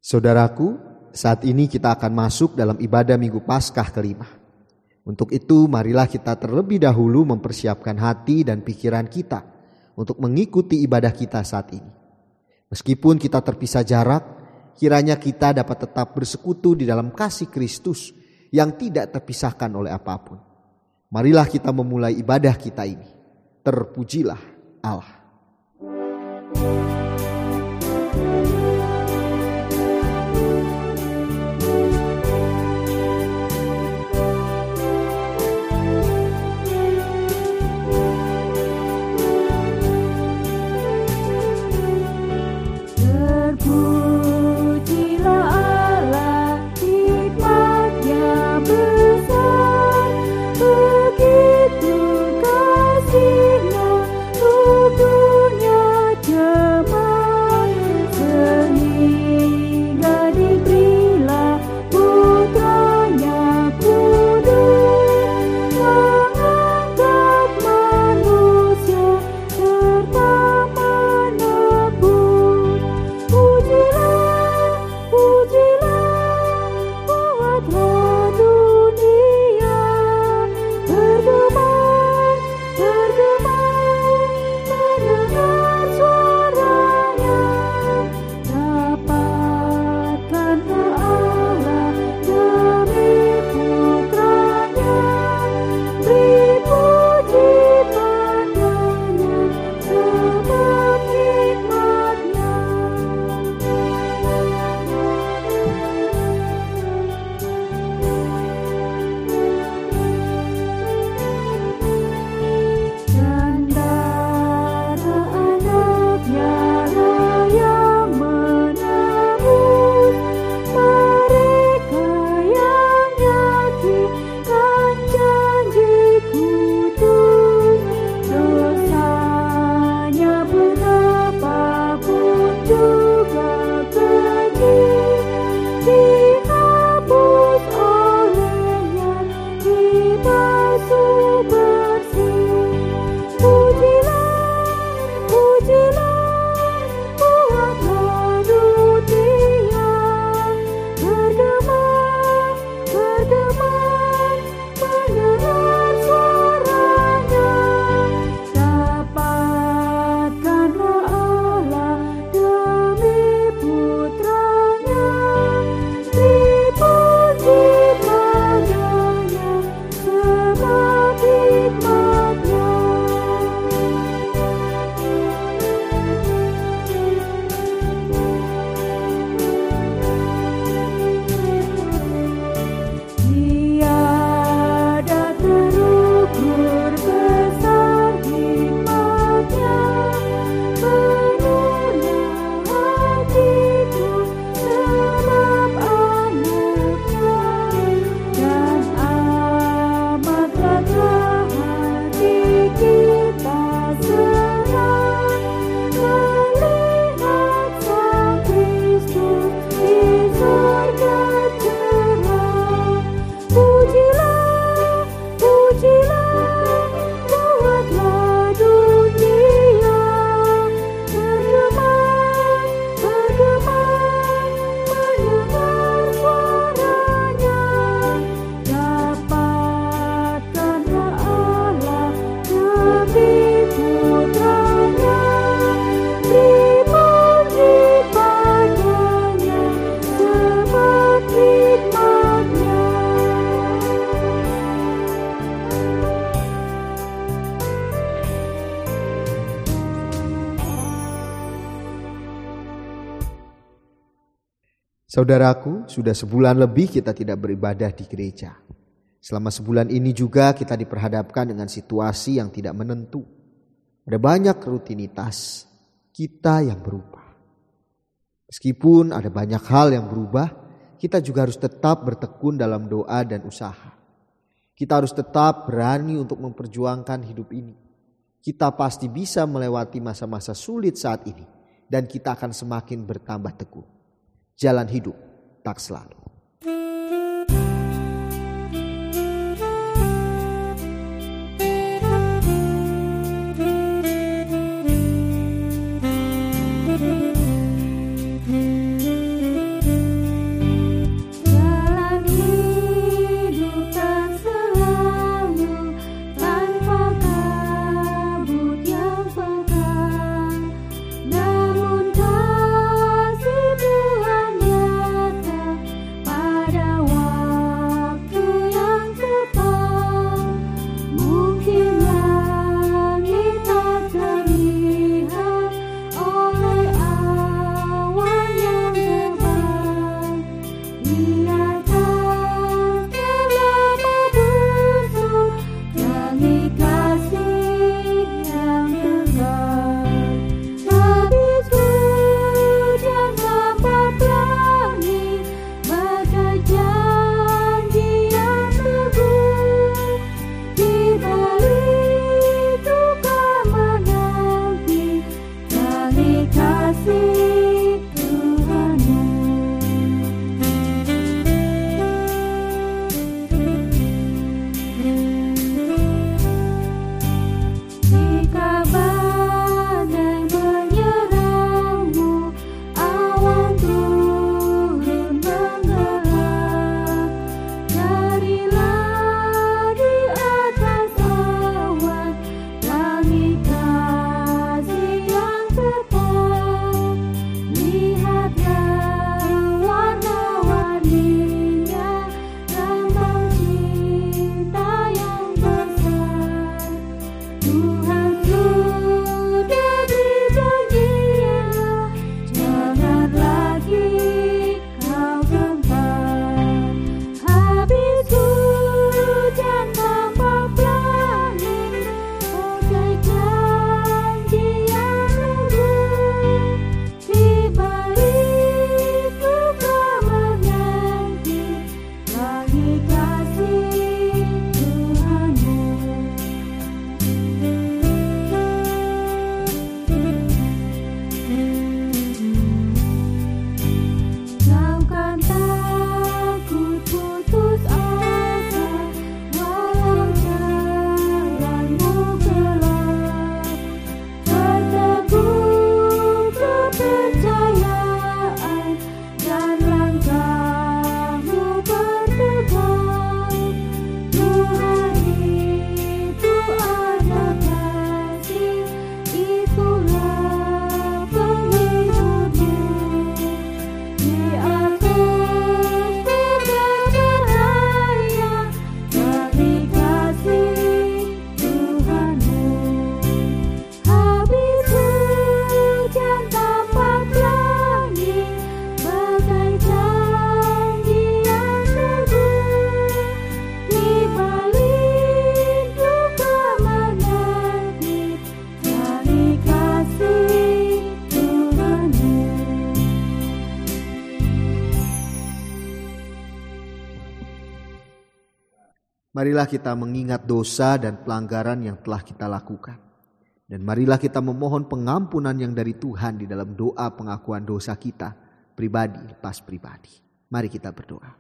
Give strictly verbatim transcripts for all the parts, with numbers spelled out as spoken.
Saudaraku, saat ini kita akan masuk dalam ibadah Minggu Paskah kelima. Untuk itu marilah kita terlebih dahulu mempersiapkan hati dan pikiran kita untuk mengikuti ibadah kita saat ini. Meskipun kita terpisah jarak, kiranya kita dapat tetap bersekutu di dalam kasih Kristus yang tidak terpisahkan oleh apapun. Marilah kita memulai ibadah kita ini. Terpujilah Allah. Saudaraku, sudah sebulan lebih kita tidak beribadah di gereja. Selama sebulan ini juga kita diperhadapkan dengan situasi yang tidak menentu. Ada banyak rutinitas kita yang berubah. Meskipun ada banyak hal yang berubah, kita juga harus tetap bertekun dalam doa dan usaha. Kita harus tetap berani untuk memperjuangkan hidup ini. Kita pasti bisa melewati masa-masa sulit saat ini, dan kita akan semakin bertambah teguh. Jalan hidup tak selalu. Marilah kita mengingat dosa dan pelanggaran yang telah kita lakukan. Dan marilah kita memohon pengampunan yang dari Tuhan di dalam doa pengakuan dosa kita, pribadi lepas pribadi. Mari kita berdoa.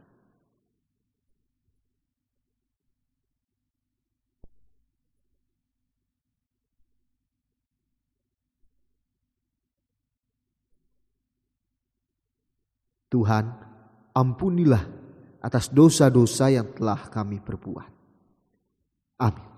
Tuhan, ampunilah atas dosa-dosa yang telah kami perbuat. Amin.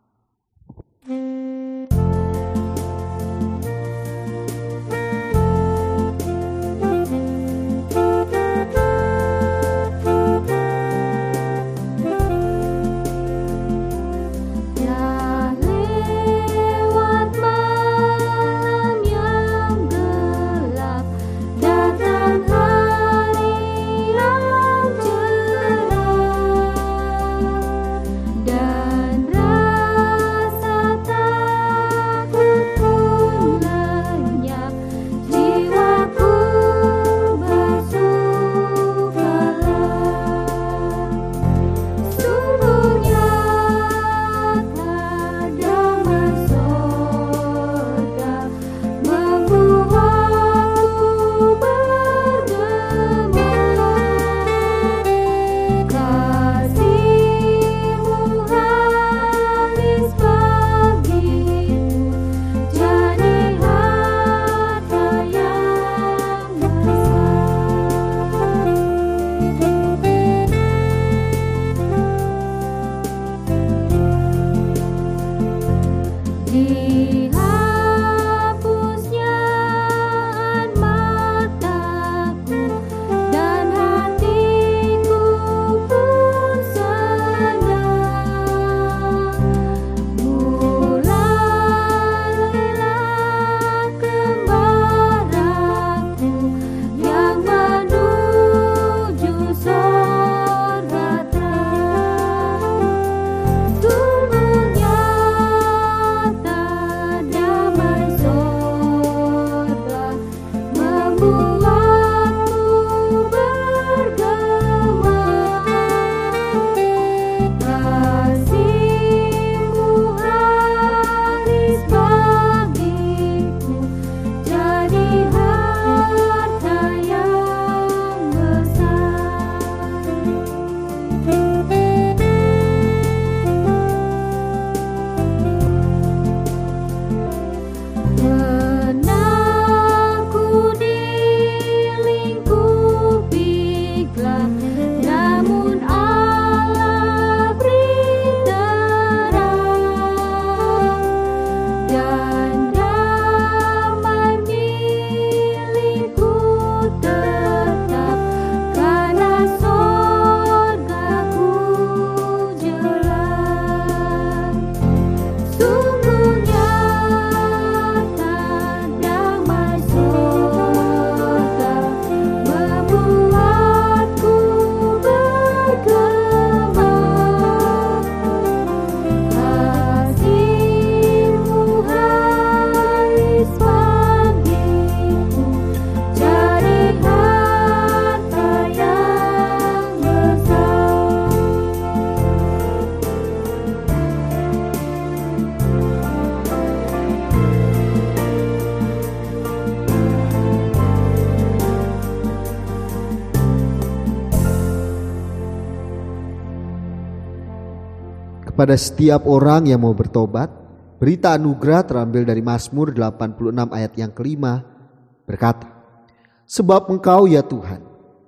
Kepada setiap orang yang mau bertobat, berita anugerah terambil dari Mazmur delapan puluh enam ayat yang kelima berkata, sebab Engkau ya Tuhan,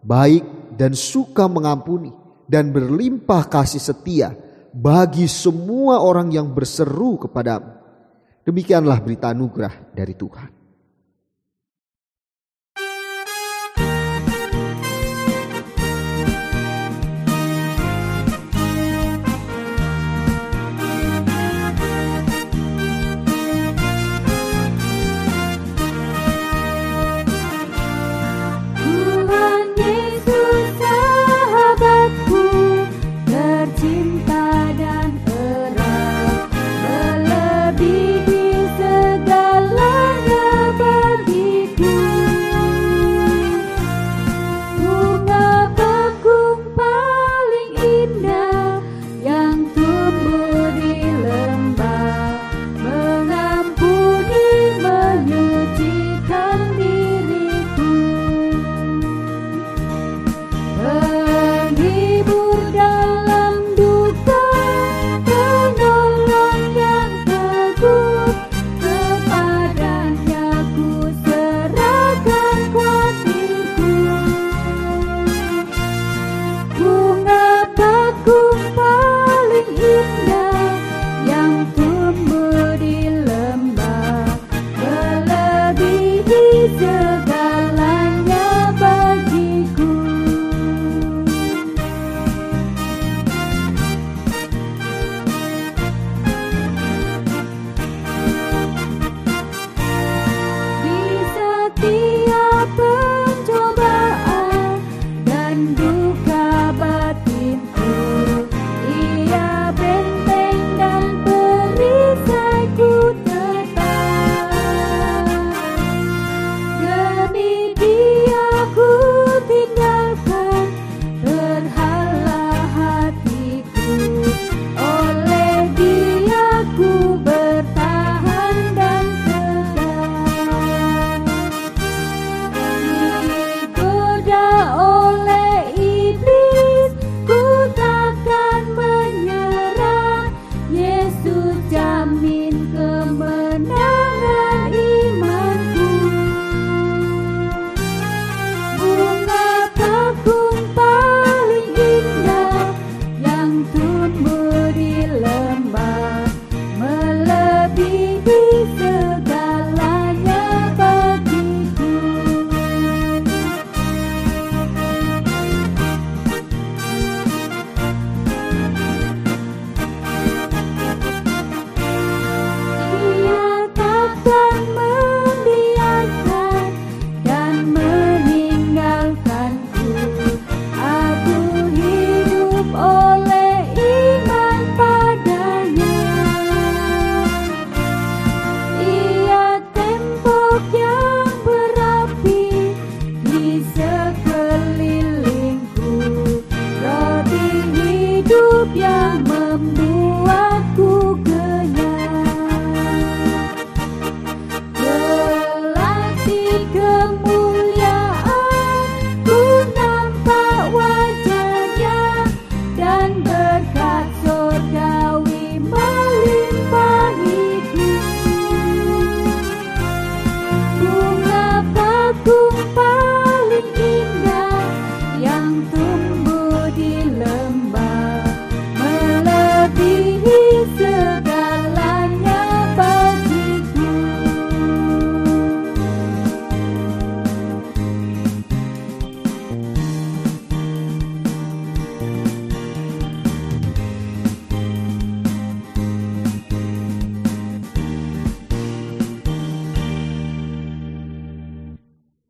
baik dan suka mengampuni dan berlimpah kasih setia bagi semua orang yang berseru kepadamu. Demikianlah berita anugerah dari Tuhan. Segala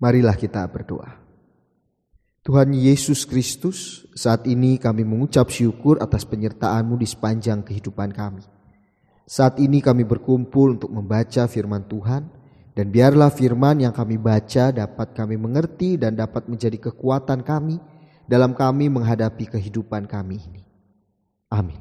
Marilah kita berdoa. Tuhan Yesus Kristus, saat ini kami mengucap syukur atas penyertaan-Mu di sepanjang kehidupan kami. Saat ini kami berkumpul untuk membaca firman Tuhan, dan biarlah firman yang kami baca dapat kami mengerti dan dapat menjadi kekuatan kami dalam kami menghadapi kehidupan kami ini. Amin.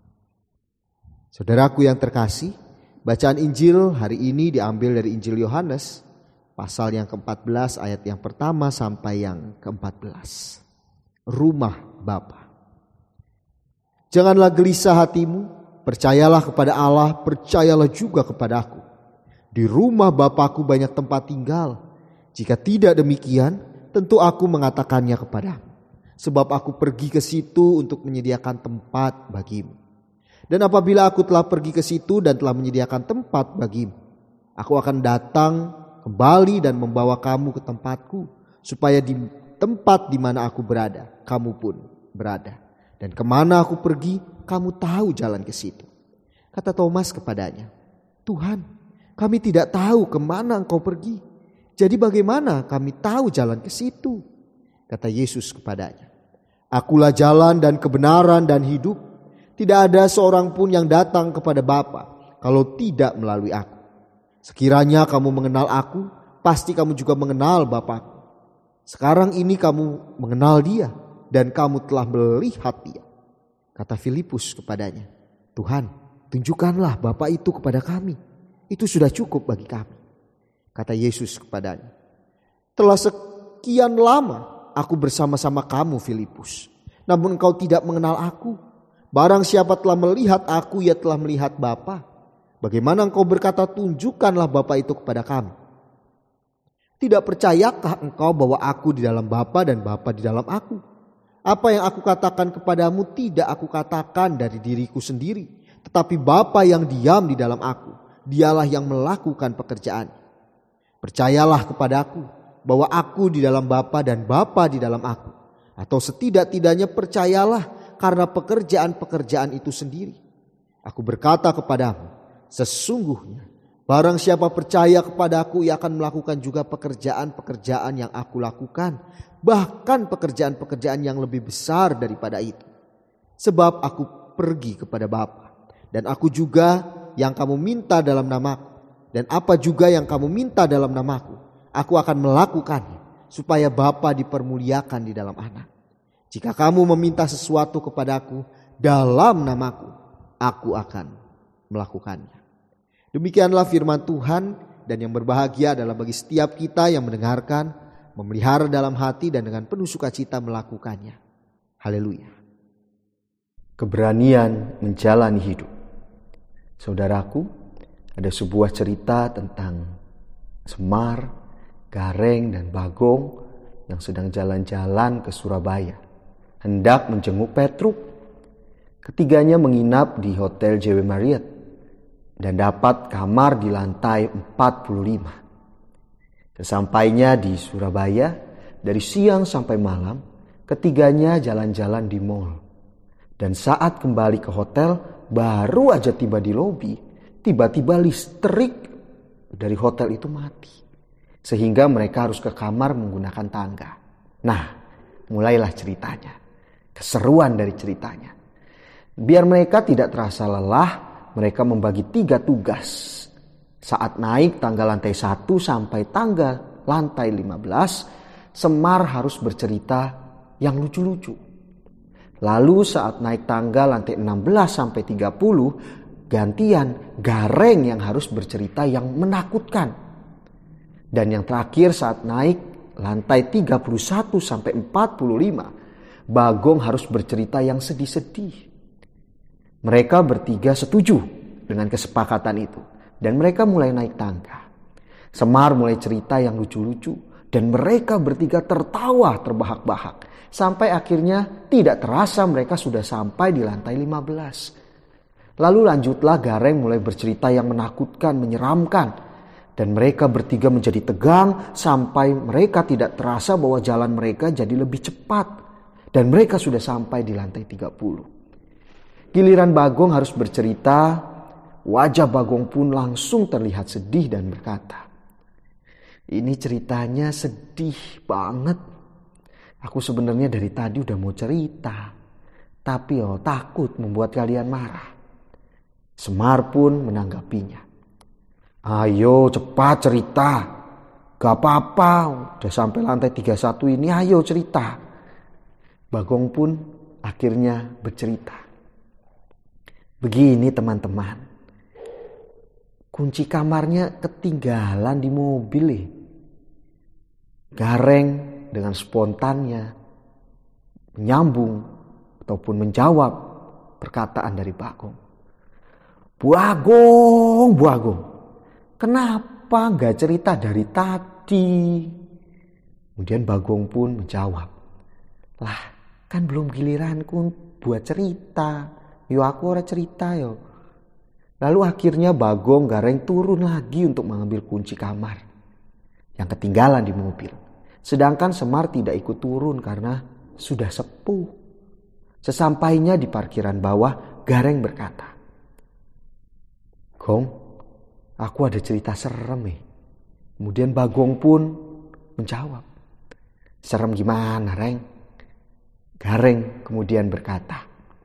Saudaraku yang terkasih, bacaan Injil hari ini diambil dari Injil Yohanes, pasal yang keempat belas ayat yang pertama sampai yang keempat belas. Rumah Bapa. Janganlah gelisah hatimu, percayalah kepada Allah, percayalah juga kepada aku. Di rumah Bapa-Ku banyak tempat tinggal. Jika tidak demikian, tentu aku mengatakannya kepadamu. Sebab aku pergi ke situ untuk menyediakan tempat bagimu. Dan apabila aku telah pergi ke situ dan telah menyediakan tempat bagimu, aku akan datang kembali dan membawa kamu ke tempatku, supaya di tempat di mana aku berada, kamu pun berada. Dan kemana aku pergi, kamu tahu jalan ke situ. Kata Thomas kepadanya, Tuhan, kami tidak tahu kemana Engkau pergi. Jadi bagaimana kami tahu jalan ke situ? Kata Yesus kepadanya, Akulah jalan dan kebenaran dan hidup. Tidak ada seorang pun yang datang kepada Bapa kalau tidak melalui aku. Sekiranya kamu mengenal aku, pasti kamu juga mengenal Bapa. Sekarang ini kamu mengenal Dia dan kamu telah melihat Dia. Kata Filipus kepadanya, Tuhan, tunjukkanlah Bapa itu kepada kami. Itu sudah cukup bagi kami. Kata Yesus kepadanya, telah sekian lama aku bersama-sama kamu, Filipus, namun engkau tidak mengenal aku. Barang siapa telah melihat aku, ia telah melihat Bapa. Bagaimana engkau berkata, tunjukkanlah Bapa itu kepada kami? Tidak percayakah engkau bahwa aku di dalam Bapa dan Bapa di dalam aku? Apa yang aku katakan kepadamu tidak aku katakan dari diriku sendiri, tetapi Bapa yang diam di dalam aku, Dialah yang melakukan pekerjaan. Percayalah kepadaku bahwa aku di dalam Bapa dan Bapa di dalam aku. Atau setidak-tidaknya percayalah karena pekerjaan-pekerjaan itu sendiri. Aku berkata kepadamu, sesungguhnya barang siapa percaya kepada aku, ia akan melakukan juga pekerjaan-pekerjaan yang aku lakukan. Bahkan pekerjaan-pekerjaan yang lebih besar daripada itu. Sebab aku pergi kepada Bapa. Dan aku juga yang kamu minta dalam namaku. Dan apa juga yang kamu minta dalam namaku, aku akan melakukannya. Supaya Bapa dipermuliakan di dalam anak. Jika kamu meminta sesuatu kepadaku dalam namaku, aku akan melakukannya. Demikianlah firman Tuhan, dan yang berbahagia adalah bagi setiap kita yang mendengarkan, memelihara dalam hati dan dengan penuh sukacita melakukannya. Haleluya. Keberanian menjalani hidup. Saudaraku, ada sebuah cerita tentang Semar, Gareng dan Bagong yang sedang jalan-jalan ke Surabaya, hendak menjenguk Petruk. Ketiganya menginap di Hotel J W Marriott dan dapat kamar di lantai empat puluh lima. Sesampainya di Surabaya, dari siang sampai malam, ketiganya jalan-jalan di mal. Dan saat kembali ke hotel, baru aja tiba di lobi, tiba-tiba listrik dari hotel itu mati. Sehingga mereka harus ke kamar menggunakan tangga. Nah, mulailah ceritanya. Keseruan dari ceritanya. Biar mereka tidak terasa lelah, mereka membagi tiga tugas. Saat naik tangga lantai satu sampai tangga lantai lima belas, Semar harus bercerita yang lucu-lucu. Lalu saat naik tangga lantai enam belas sampai tiga puluh, gantian Gareng yang harus bercerita yang menakutkan. Dan yang terakhir saat naik lantai tiga puluh satu sampai empat puluh lima, Bagong harus bercerita yang sedih-sedih. Mereka bertiga setuju dengan kesepakatan itu. Dan mereka mulai naik tangga. Semar mulai cerita yang lucu-lucu. Dan mereka bertiga tertawa terbahak-bahak. Sampai akhirnya tidak terasa mereka sudah sampai di lantai lima belas. Lalu lanjutlah Gareng mulai bercerita yang menakutkan, menyeramkan. Dan mereka bertiga menjadi tegang sampai mereka tidak terasa bahwa jalan mereka jadi lebih cepat. Dan mereka sudah sampai di lantai tiga puluh. Giliran Bagong harus bercerita, wajah Bagong pun langsung terlihat sedih dan berkata, Ini ceritanya sedih banget. Aku sebenarnya dari tadi udah mau cerita, tapi oh takut membuat kalian marah. Semar pun menanggapinya. Ayo cepat cerita. Gak apa-apa, udah sampai lantai tiga puluh satu ini, ayo cerita. Bagong pun akhirnya bercerita. Begini teman-teman, kunci kamarnya ketinggalan di mobil. Eh. Gareng dengan spontannya menyambung ataupun menjawab perkataan dari Bagong. Bu Agong, Bu Agong, kenapa gak cerita dari tadi? Kemudian Bagong pun menjawab, lah kan belum giliranku buat cerita. Yo aku ora cerita yo. Lalu akhirnya Bagong Gareng turun lagi untuk mengambil kunci kamar yang ketinggalan di mobil. Sedangkan Semar tidak ikut turun karena sudah sepuh. Sesampainya di parkiran bawah, Gareng berkata, Gong, aku ada cerita serem nih. Kemudian Bagong pun menjawab, serem gimana, Reng? Gareng kemudian berkata,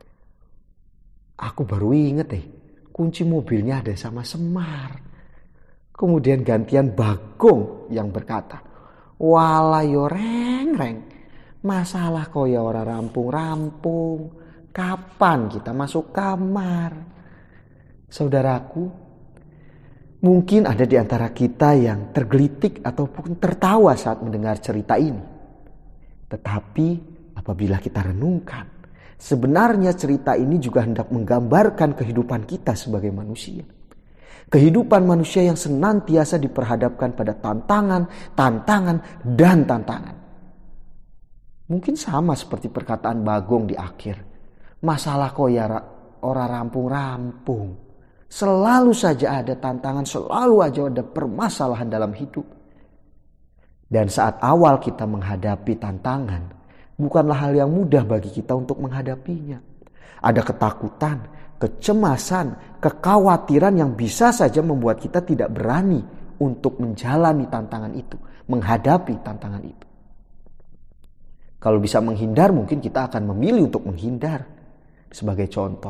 aku baru inget eh, kunci mobilnya ada sama Semar. Kemudian gantian Bagong yang berkata, walah yo Reng, Reng, masalah kok ya ora rampung-rampung. Kapan kita masuk kamar? Saudaraku, mungkin ada di antara kita yang tergelitik ataupun tertawa saat mendengar cerita ini. Tetapi apabila kita renungkan, sebenarnya cerita ini juga hendak menggambarkan kehidupan kita sebagai manusia. Kehidupan manusia yang senantiasa diperhadapkan pada tantangan, tantangan, dan tantangan. Mungkin sama seperti perkataan Bagong di akhir. Masalah kok ya ora rampung-rampung. Selalu saja ada tantangan, selalu aja ada permasalahan dalam hidup. Dan saat awal kita menghadapi tantangan, bukanlah hal yang mudah bagi kita untuk menghadapinya. Ada ketakutan, kecemasan, kekhawatiran yang bisa saja membuat kita tidak berani untuk menjalani tantangan itu, menghadapi tantangan itu. Kalau bisa menghindar, mungkin kita akan memilih untuk menghindar. Sebagai contoh,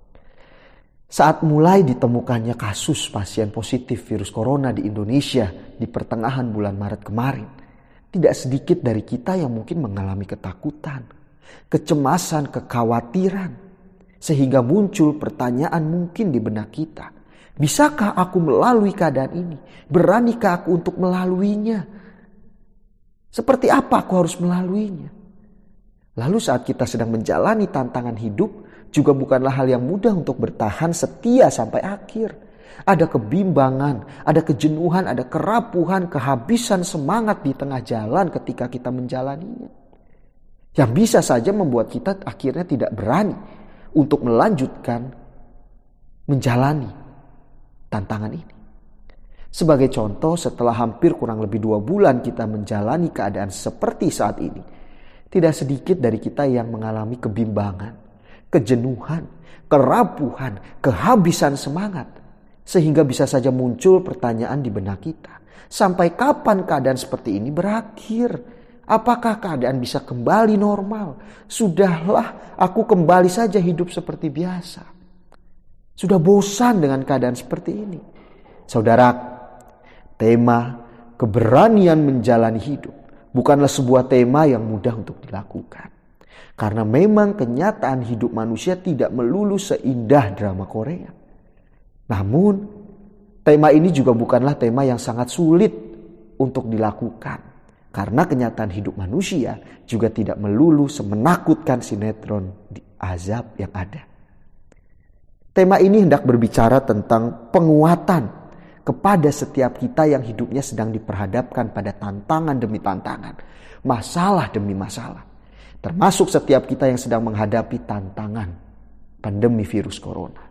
saat mulai ditemukannya kasus pasien positif virus corona di Indonesia di pertengahan bulan Maret kemarin, tidak sedikit dari kita yang mungkin mengalami ketakutan, kecemasan, kekhawatiran, sehingga muncul pertanyaan mungkin di benak kita. Bisakah aku melalui keadaan ini? Beranikah aku untuk melaluinya? Seperti apa aku harus melaluinya? Lalu saat kita sedang menjalani tantangan hidup, juga bukanlah hal yang mudah untuk bertahan setia sampai akhir. Ada kebimbangan, ada kejenuhan, ada kerapuhan, kehabisan semangat di tengah jalan ketika kita menjalaninya. Yang bisa saja membuat kita akhirnya tidak berani untuk melanjutkan menjalani tantangan ini. Sebagai contoh, setelah hampir kurang lebih dua bulan kita menjalani keadaan seperti saat ini, tidak sedikit dari kita yang mengalami kebimbangan, kejenuhan, kerapuhan, kehabisan semangat. Sehingga bisa saja muncul pertanyaan di benak kita. Sampai kapan keadaan seperti ini berakhir? Apakah keadaan bisa kembali normal? Sudahlah, aku kembali saja hidup seperti biasa. Sudah bosan dengan keadaan seperti ini. Saudara, tema keberanian menjalani hidup bukanlah sebuah tema yang mudah untuk dilakukan. Karena memang kenyataan hidup manusia tidak melulu seindah drama Korea. Namun, tema ini juga bukanlah tema yang sangat sulit untuk dilakukan. Karena kenyataan hidup manusia juga tidak melulu semenakutkan sinetron di azab yang ada. Tema ini hendak berbicara tentang penguatan kepada setiap kita yang hidupnya sedang diperhadapkan pada tantangan demi tantangan, masalah demi masalah. Termasuk setiap kita yang sedang menghadapi tantangan pandemi virus corona.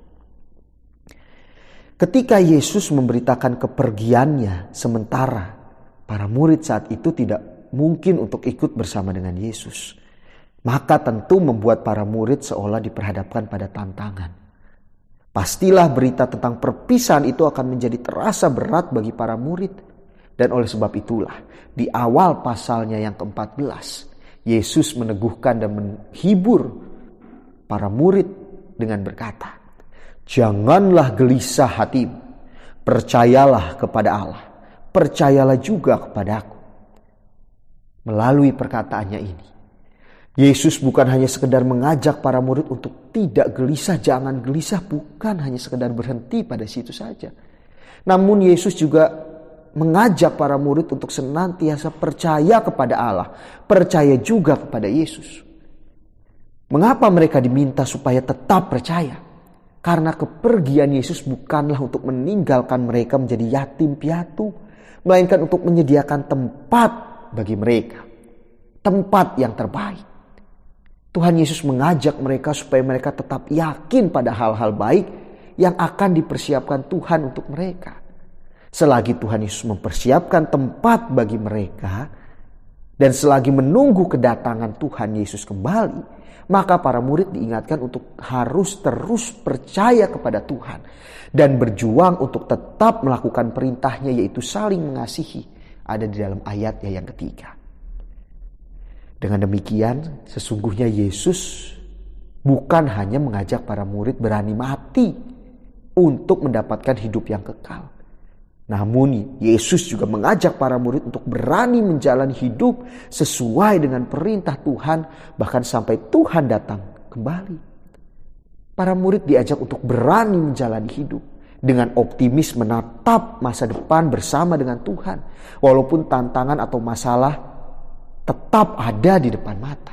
Ketika Yesus memberitakan kepergiannya sementara, para murid saat itu tidak mungkin untuk ikut bersama dengan Yesus. Maka tentu membuat para murid seolah diperhadapkan pada tantangan. Pastilah berita tentang perpisahan itu akan menjadi terasa berat bagi para murid. Dan oleh sebab itulah di awal pasalnya yang keempat belas, Yesus meneguhkan dan menghibur para murid dengan berkata, "Janganlah gelisah hatimu, percayalah kepada Allah, percayalah juga kepada Aku." Melalui perkataannya ini, Yesus bukan hanya sekedar mengajak para murid untuk tidak gelisah, jangan gelisah, bukan hanya sekedar berhenti pada situ saja. Namun Yesus juga mengajak para murid untuk senantiasa percaya kepada Allah, percaya juga kepada Yesus. Mengapa mereka diminta supaya tetap percaya? Karena kepergian Yesus bukanlah untuk meninggalkan mereka menjadi yatim piatu, melainkan untuk menyediakan tempat bagi mereka, tempat yang terbaik. Tuhan Yesus mengajak mereka supaya mereka tetap yakin pada hal-hal baik yang akan dipersiapkan Tuhan untuk mereka. Selagi Tuhan Yesus mempersiapkan tempat bagi mereka dan selagi menunggu kedatangan Tuhan Yesus kembali, maka para murid diingatkan untuk harus terus percaya kepada Tuhan dan berjuang untuk tetap melakukan perintahnya, yaitu saling mengasihi, ada di dalam ayatnya yang ketiga. Dengan demikian, sesungguhnya Yesus bukan hanya mengajak para murid berani mati untuk mendapatkan hidup yang kekal. Namun Yesus juga mengajak para murid untuk berani menjalani hidup sesuai dengan perintah Tuhan, bahkan sampai Tuhan datang kembali. Para murid diajak untuk berani menjalani hidup dengan optimis menatap masa depan bersama dengan Tuhan, walaupun tantangan atau masalah tetap ada di depan mata.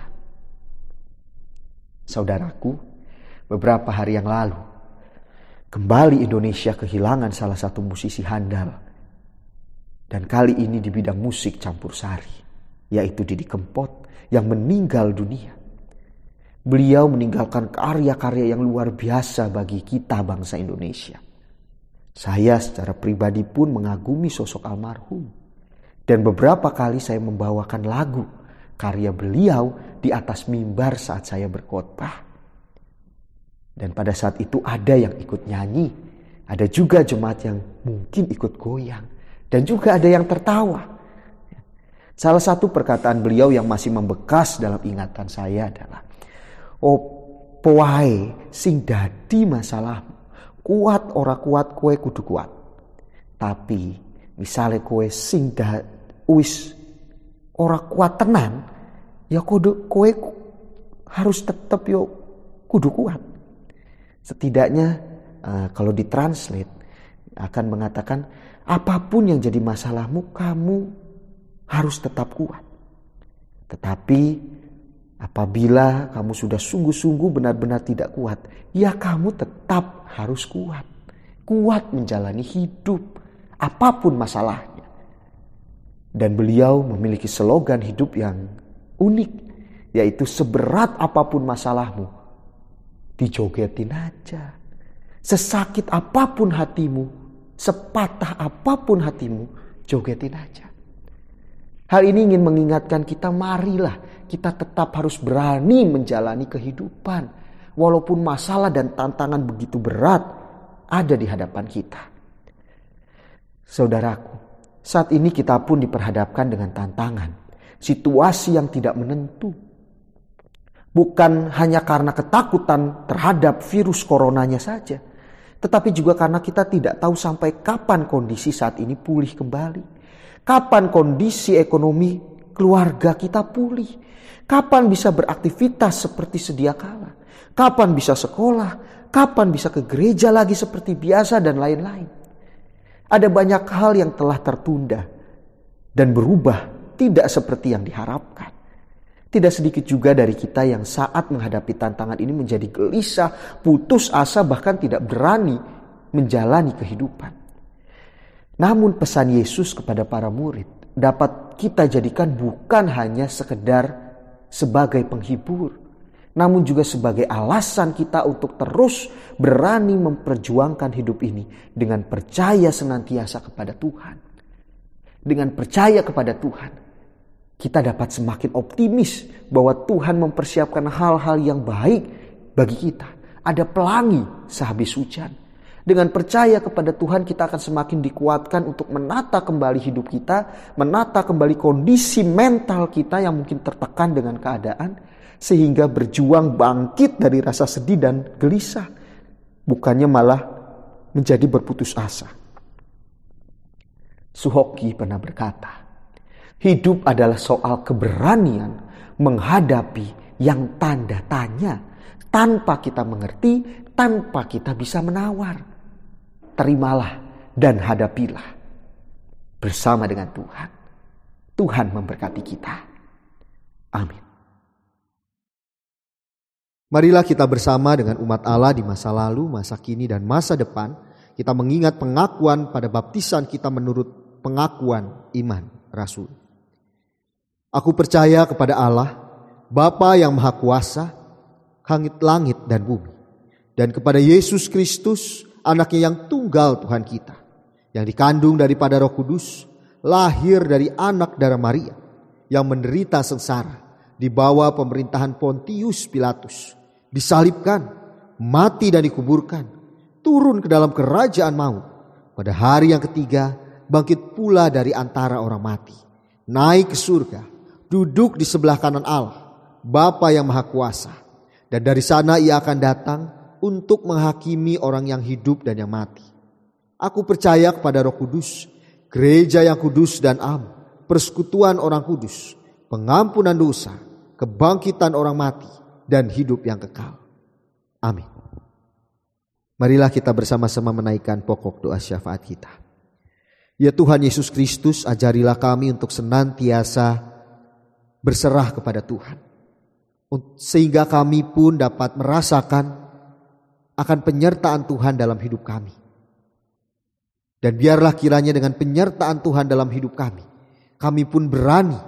Saudaraku, beberapa hari yang lalu kembali Indonesia kehilangan salah satu musisi handal. Dan kali ini di bidang musik campur sari, yaitu Didi Kempot yang meninggal dunia. Beliau meninggalkan karya-karya yang luar biasa bagi kita bangsa Indonesia. Saya secara pribadi pun mengagumi sosok almarhum. Dan beberapa kali saya membawakan lagu karya beliau di atas mimbar saat saya berkhotbah. Dan pada saat itu ada yang ikut nyanyi, ada juga jemaat yang mungkin ikut goyang, dan juga ada yang tertawa. Salah satu perkataan beliau yang masih membekas dalam ingatan saya adalah, "Opo wae sing dadi masalahmu, kuat ora kuat kowe kudu kuat. Tapi misalnya kowe sing da wis ora kuat tenan, ya kudu kowe harus tetep yo kudu kuat." Setidaknya uh, kalau ditranslate akan mengatakan apapun yang jadi masalahmu, kamu harus tetap kuat. Tetapi apabila kamu sudah sungguh-sungguh benar-benar tidak kuat, ya kamu tetap harus kuat. Kuat menjalani hidup apapun masalahnya. Dan beliau memiliki slogan hidup yang unik, yaitu seberat apapun masalahmu, dijogetin aja. Sesakit apapun hatimu, sepatah apapun hatimu, jogetin aja. Hal ini ingin mengingatkan kita, marilah kita tetap harus berani menjalani kehidupan. Walaupun masalah dan tantangan begitu berat ada di hadapan kita. Saudaraku, saat ini kita pun diperhadapkan dengan tantangan, situasi yang tidak menentu. Bukan hanya karena ketakutan terhadap virus coronanya saja, tetapi juga karena kita tidak tahu sampai kapan kondisi saat ini pulih kembali. Kapan kondisi ekonomi keluarga kita pulih. Kapan bisa beraktivitas seperti sedia kala. Kapan bisa sekolah. Kapan bisa ke gereja lagi seperti biasa dan lain-lain. Ada banyak hal yang telah tertunda dan berubah tidak seperti yang diharapkan. Tidak sedikit juga dari kita yang saat menghadapi tantangan ini menjadi gelisah, putus asa, bahkan tidak berani menjalani kehidupan. Namun pesan Yesus kepada para murid dapat kita jadikan bukan hanya sekedar sebagai penghibur, namun juga sebagai alasan kita untuk terus berani memperjuangkan hidup ini dengan percaya senantiasa kepada Tuhan. Dengan percaya kepada Tuhan, kita dapat semakin optimis bahwa Tuhan mempersiapkan hal-hal yang baik bagi kita. Ada pelangi sehabis hujan. Dengan percaya kepada Tuhan, kita akan semakin dikuatkan untuk menata kembali hidup kita, menata kembali kondisi mental kita yang mungkin tertekan dengan keadaan, sehingga berjuang bangkit dari rasa sedih dan gelisah, bukannya malah menjadi berputus asa. Suhoki pernah berkata, hidup adalah soal keberanian menghadapi yang tanda tanya, tanpa kita mengerti, tanpa kita bisa menawar. Terimalah dan hadapilah bersama dengan Tuhan. Tuhan memberkati kita. Amin. Marilah kita bersama dengan umat Allah di masa lalu, masa kini, dan masa depan. Kita mengingat pengakuan pada baptisan kita menurut pengakuan iman Rasul. Aku percaya kepada Allah, Bapa yang Maha Kuasa, langit dan bumi, dan kepada Yesus Kristus, Anaknya yang tunggal Tuhan kita, yang dikandung daripada Roh Kudus, lahir dari anak darah Maria, yang menderita sengsara di bawah pemerintahan Pontius Pilatus, disalibkan, mati dan dikuburkan, turun ke dalam kerajaan maut, pada hari yang ketiga bangkit pula dari antara orang mati, naik ke surga, duduk di sebelah kanan Allah, Bapa yang Maha Kuasa, dan dari sana Ia akan datang untuk menghakimi orang yang hidup dan yang mati. Aku percaya kepada Roh Kudus, gereja yang kudus dan am, persekutuan orang kudus, pengampunan dosa, kebangkitan orang mati, dan hidup yang kekal. Amin. Marilah kita bersama-sama menaikkan pokok doa syafaat kita. Ya Tuhan Yesus Kristus, ajarilah kami untuk senantiasa berserah kepada Tuhan, sehingga kami pun dapat merasakan akan penyertaan Tuhan dalam hidup kami. Dan biarlah kiranya dengan penyertaan Tuhan dalam hidup kami, kami pun berani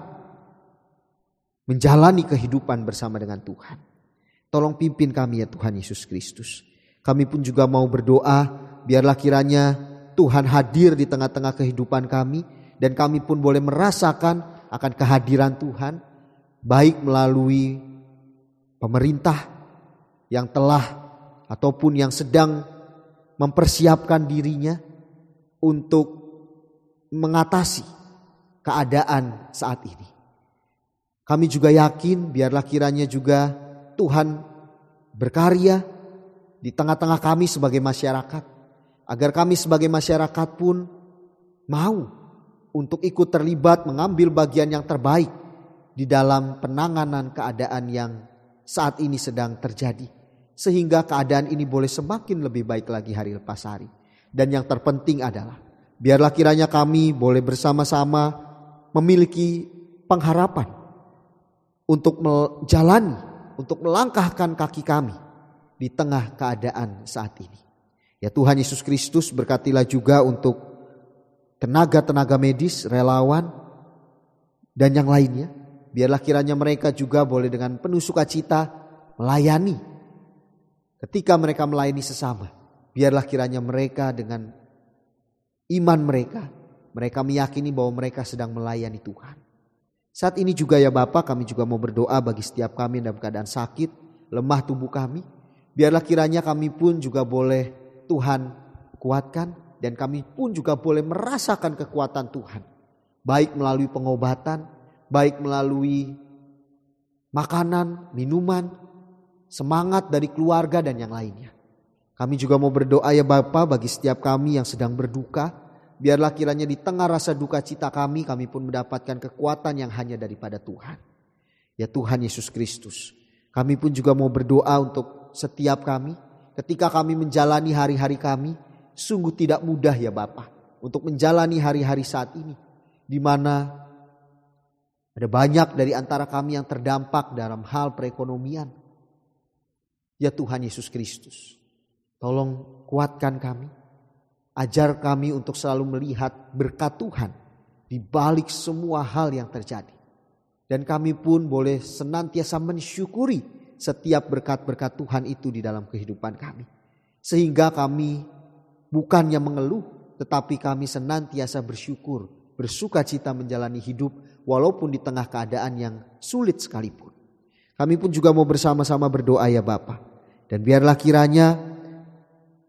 menjalani kehidupan bersama dengan Tuhan. Tolong pimpin kami ya Tuhan Yesus Kristus. Kami pun juga mau berdoa, biarlah kiranya Tuhan hadir di tengah-tengah kehidupan kami, dan kami pun boleh merasakan akan kehadiran Tuhan, baik melalui pemerintah yang telah ataupun yang sedang mempersiapkan dirinya untuk mengatasi keadaan saat ini. Kami juga yakin biarlah kiranya juga Tuhan berkarya di tengah-tengah kami sebagai masyarakat, agar kami sebagai masyarakat pun mau untuk ikut terlibat mengambil bagian yang terbaik di dalam penanganan keadaan yang saat ini sedang terjadi. Sehingga keadaan ini boleh semakin lebih baik lagi hari lepas hari. Dan yang terpenting adalah, biarlah kiranya kami boleh bersama-sama memiliki pengharapan untuk menjalani, untuk melangkahkan kaki kami di tengah keadaan saat ini. Ya Tuhan Yesus Kristus, berkatilah juga untuk tenaga-tenaga medis, relawan, dan yang lainnya. Biarlah kiranya mereka juga boleh dengan penuh sukacita melayani. Ketika mereka melayani sesama, biarlah kiranya mereka dengan iman mereka, mereka meyakini bahwa mereka sedang melayani Tuhan. Saat ini juga ya Bapa, kami juga mau berdoa bagi setiap kami dalam keadaan sakit, lemah tubuh kami. Biarlah kiranya kami pun juga boleh Tuhan kuatkan, dan kami pun juga boleh merasakan kekuatan Tuhan. Baik melalui pengobatan, baik melalui makanan, minuman, semangat dari keluarga dan yang lainnya. Kami juga mau berdoa ya Bapa bagi setiap kami yang sedang berduka. Biarlah kiranya di tengah rasa duka cita kami, kami pun mendapatkan kekuatan yang hanya daripada Tuhan. Ya Tuhan Yesus Kristus, kami pun juga mau berdoa untuk setiap kami. Ketika kami menjalani hari-hari kami, sungguh tidak mudah ya Bapa, untuk menjalani hari-hari saat ini, di mana ada banyak dari antara kami yang terdampak dalam hal perekonomian. Ya Tuhan Yesus Kristus, tolong kuatkan kami, ajar kami untuk selalu melihat berkat Tuhan di balik semua hal yang terjadi. Dan kami pun boleh senantiasa mensyukuri setiap berkat-berkat Tuhan itu di dalam kehidupan kami. Sehingga kami bukannya mengeluh, tetapi kami senantiasa bersyukur, bersuka cita menjalani hidup walaupun di tengah keadaan yang sulit sekalipun. Kami pun juga mau bersama-sama berdoa ya Bapa. Dan biarlah kiranya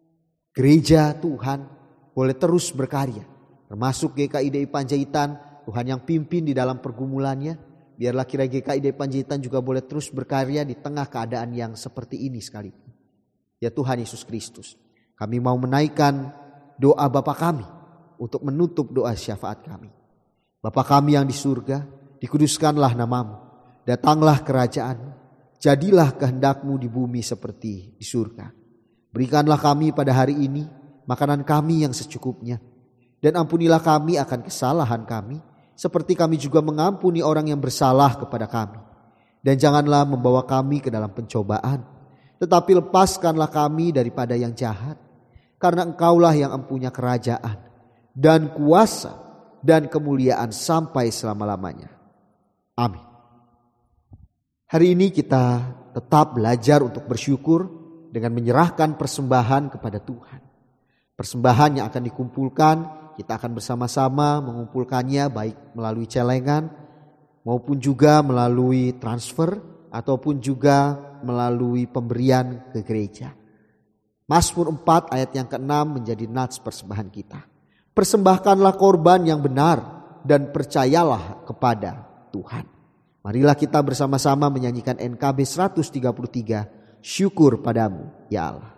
Gereja Tuhan boleh terus berkarya, termasuk G K I D I Panjaitan, Tuhan yang pimpin di dalam pergumulannya. Biarlah kiranya G K I D I Panjaitan juga boleh terus berkarya di tengah keadaan yang seperti ini sekalipun. Ya Tuhan Yesus Kristus, kami mau menaikkan doa Bapa kami untuk menutup doa syafaat kami. Bapa kami yang di surga, dikuduskanlah namamu, datanglah kerajaan, jadilah kehendak-Mu di bumi seperti di surga. Berikanlah kami pada hari ini makanan kami yang secukupnya, dan ampunilah kami akan kesalahan kami, seperti kami juga mengampuni orang yang bersalah kepada kami. Dan janganlah membawa kami ke dalam pencobaan, tetapi lepaskanlah kami daripada yang jahat. Karena Engkaulah yang empunya kerajaan dan kuasa dan kemuliaan sampai selama-lamanya. Amin. Hari ini kita tetap belajar untuk bersyukur dengan menyerahkan persembahan kepada Tuhan. Persembahan yang akan dikumpulkan, kita akan bersama-sama mengumpulkannya baik melalui celengan maupun juga melalui transfer ataupun juga melalui pemberian ke gereja. Mazmur empat ayat yang keenam menjadi nats persembahan kita. Persembahkanlah korban yang benar dan percayalah kepada Tuhan. Marilah kita bersama-sama menyanyikan N K B seratus tiga puluh tiga, syukur padamu ya Allah.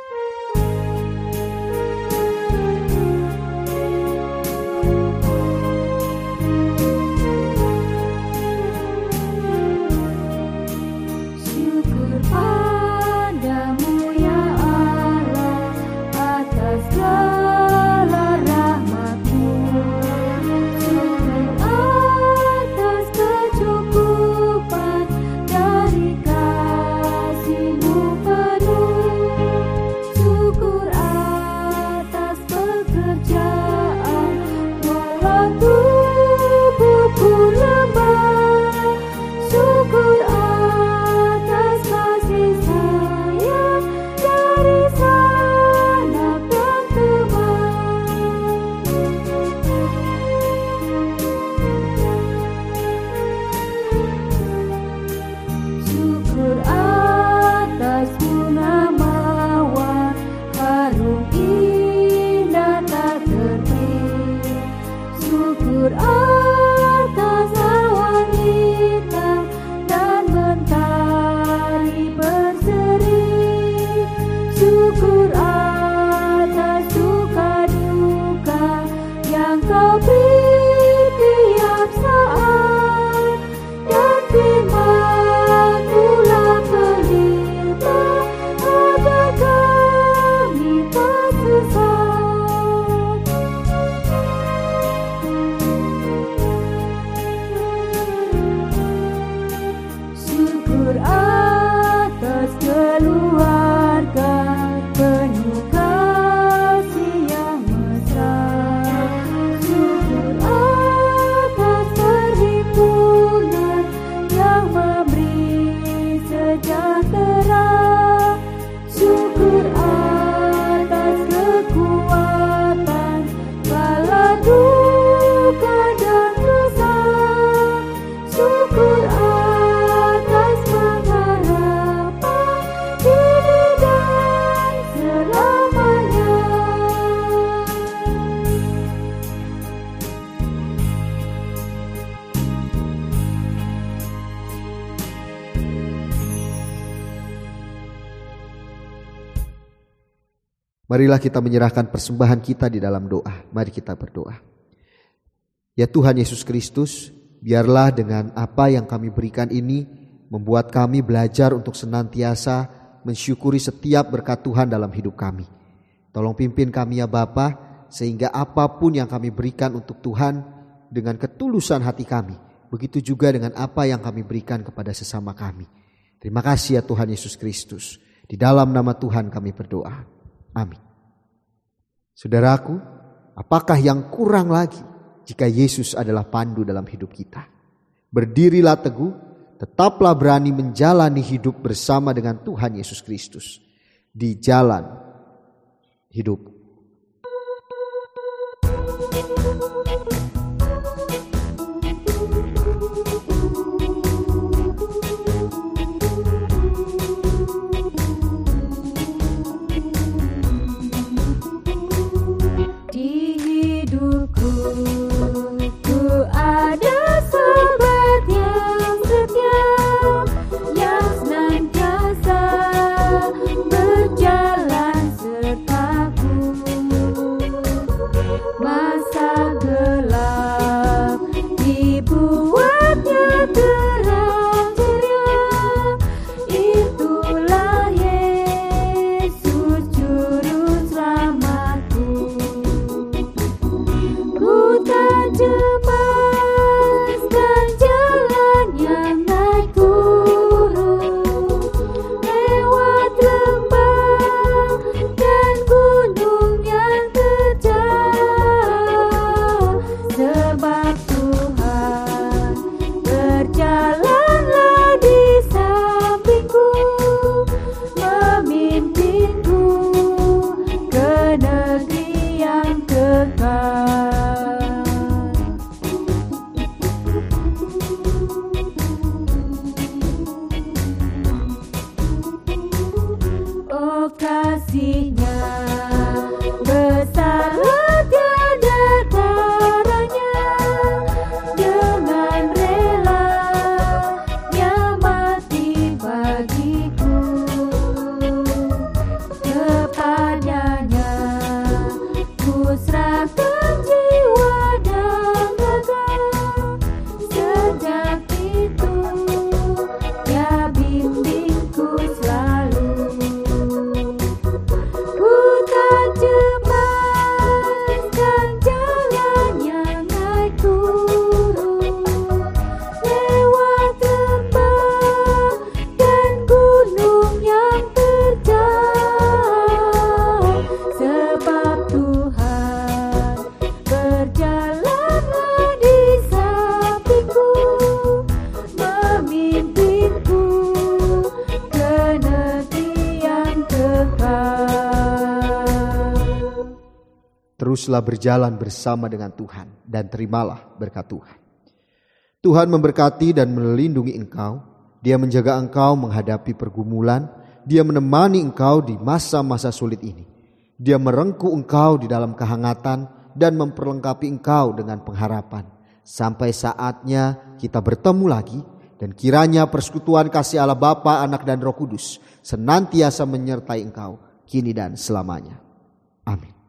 Marilah kita menyerahkan persembahan kita di dalam doa. Mari kita berdoa. Ya Tuhan Yesus Kristus, biarlah dengan apa yang kami berikan ini membuat kami belajar untuk senantiasa mensyukuri setiap berkat Tuhan dalam hidup kami. Tolong pimpin kami ya Bapa, sehingga apapun yang kami berikan untuk Tuhan dengan ketulusan hati kami, begitu juga dengan apa yang kami berikan kepada sesama kami. Terima kasih ya Tuhan Yesus Kristus. Di dalam nama Tuhan kami berdoa. Amin. Saudaraku, apakah yang kurang lagi jika Yesus adalah pandu dalam hidup kita? Berdirilah teguh, tetaplah berani menjalani hidup bersama dengan Tuhan Yesus Kristus di jalan hidup. kasih-Nya besarlah tiada taranya, dengan relanya mati bagiku. Kepadanya ku serahkan jiwa dan raga, sejak itu Dia bimbingku selalu. Ku tak cemaskan jalan yang naik turun, lewat lembah dan gunung yang terjal, sebab Tuhan berjalanlah di sampingku, memimpinku ke negeri yang kekal. Teruslah berjalan bersama dengan Tuhan dan terimalah berkat Tuhan. Tuhan memberkati dan melindungi engkau. Dia menjaga engkau menghadapi pergumulan. Dia menemani engkau di masa-masa sulit ini. Dia merengkuh engkau di dalam kehangatan dan memperlengkapi engkau dengan pengharapan. Sampai saatnya kita bertemu lagi, dan kiranya persekutuan kasih Allah Bapa, Anak dan Roh Kudus senantiasa menyertai engkau kini dan selamanya. Amin.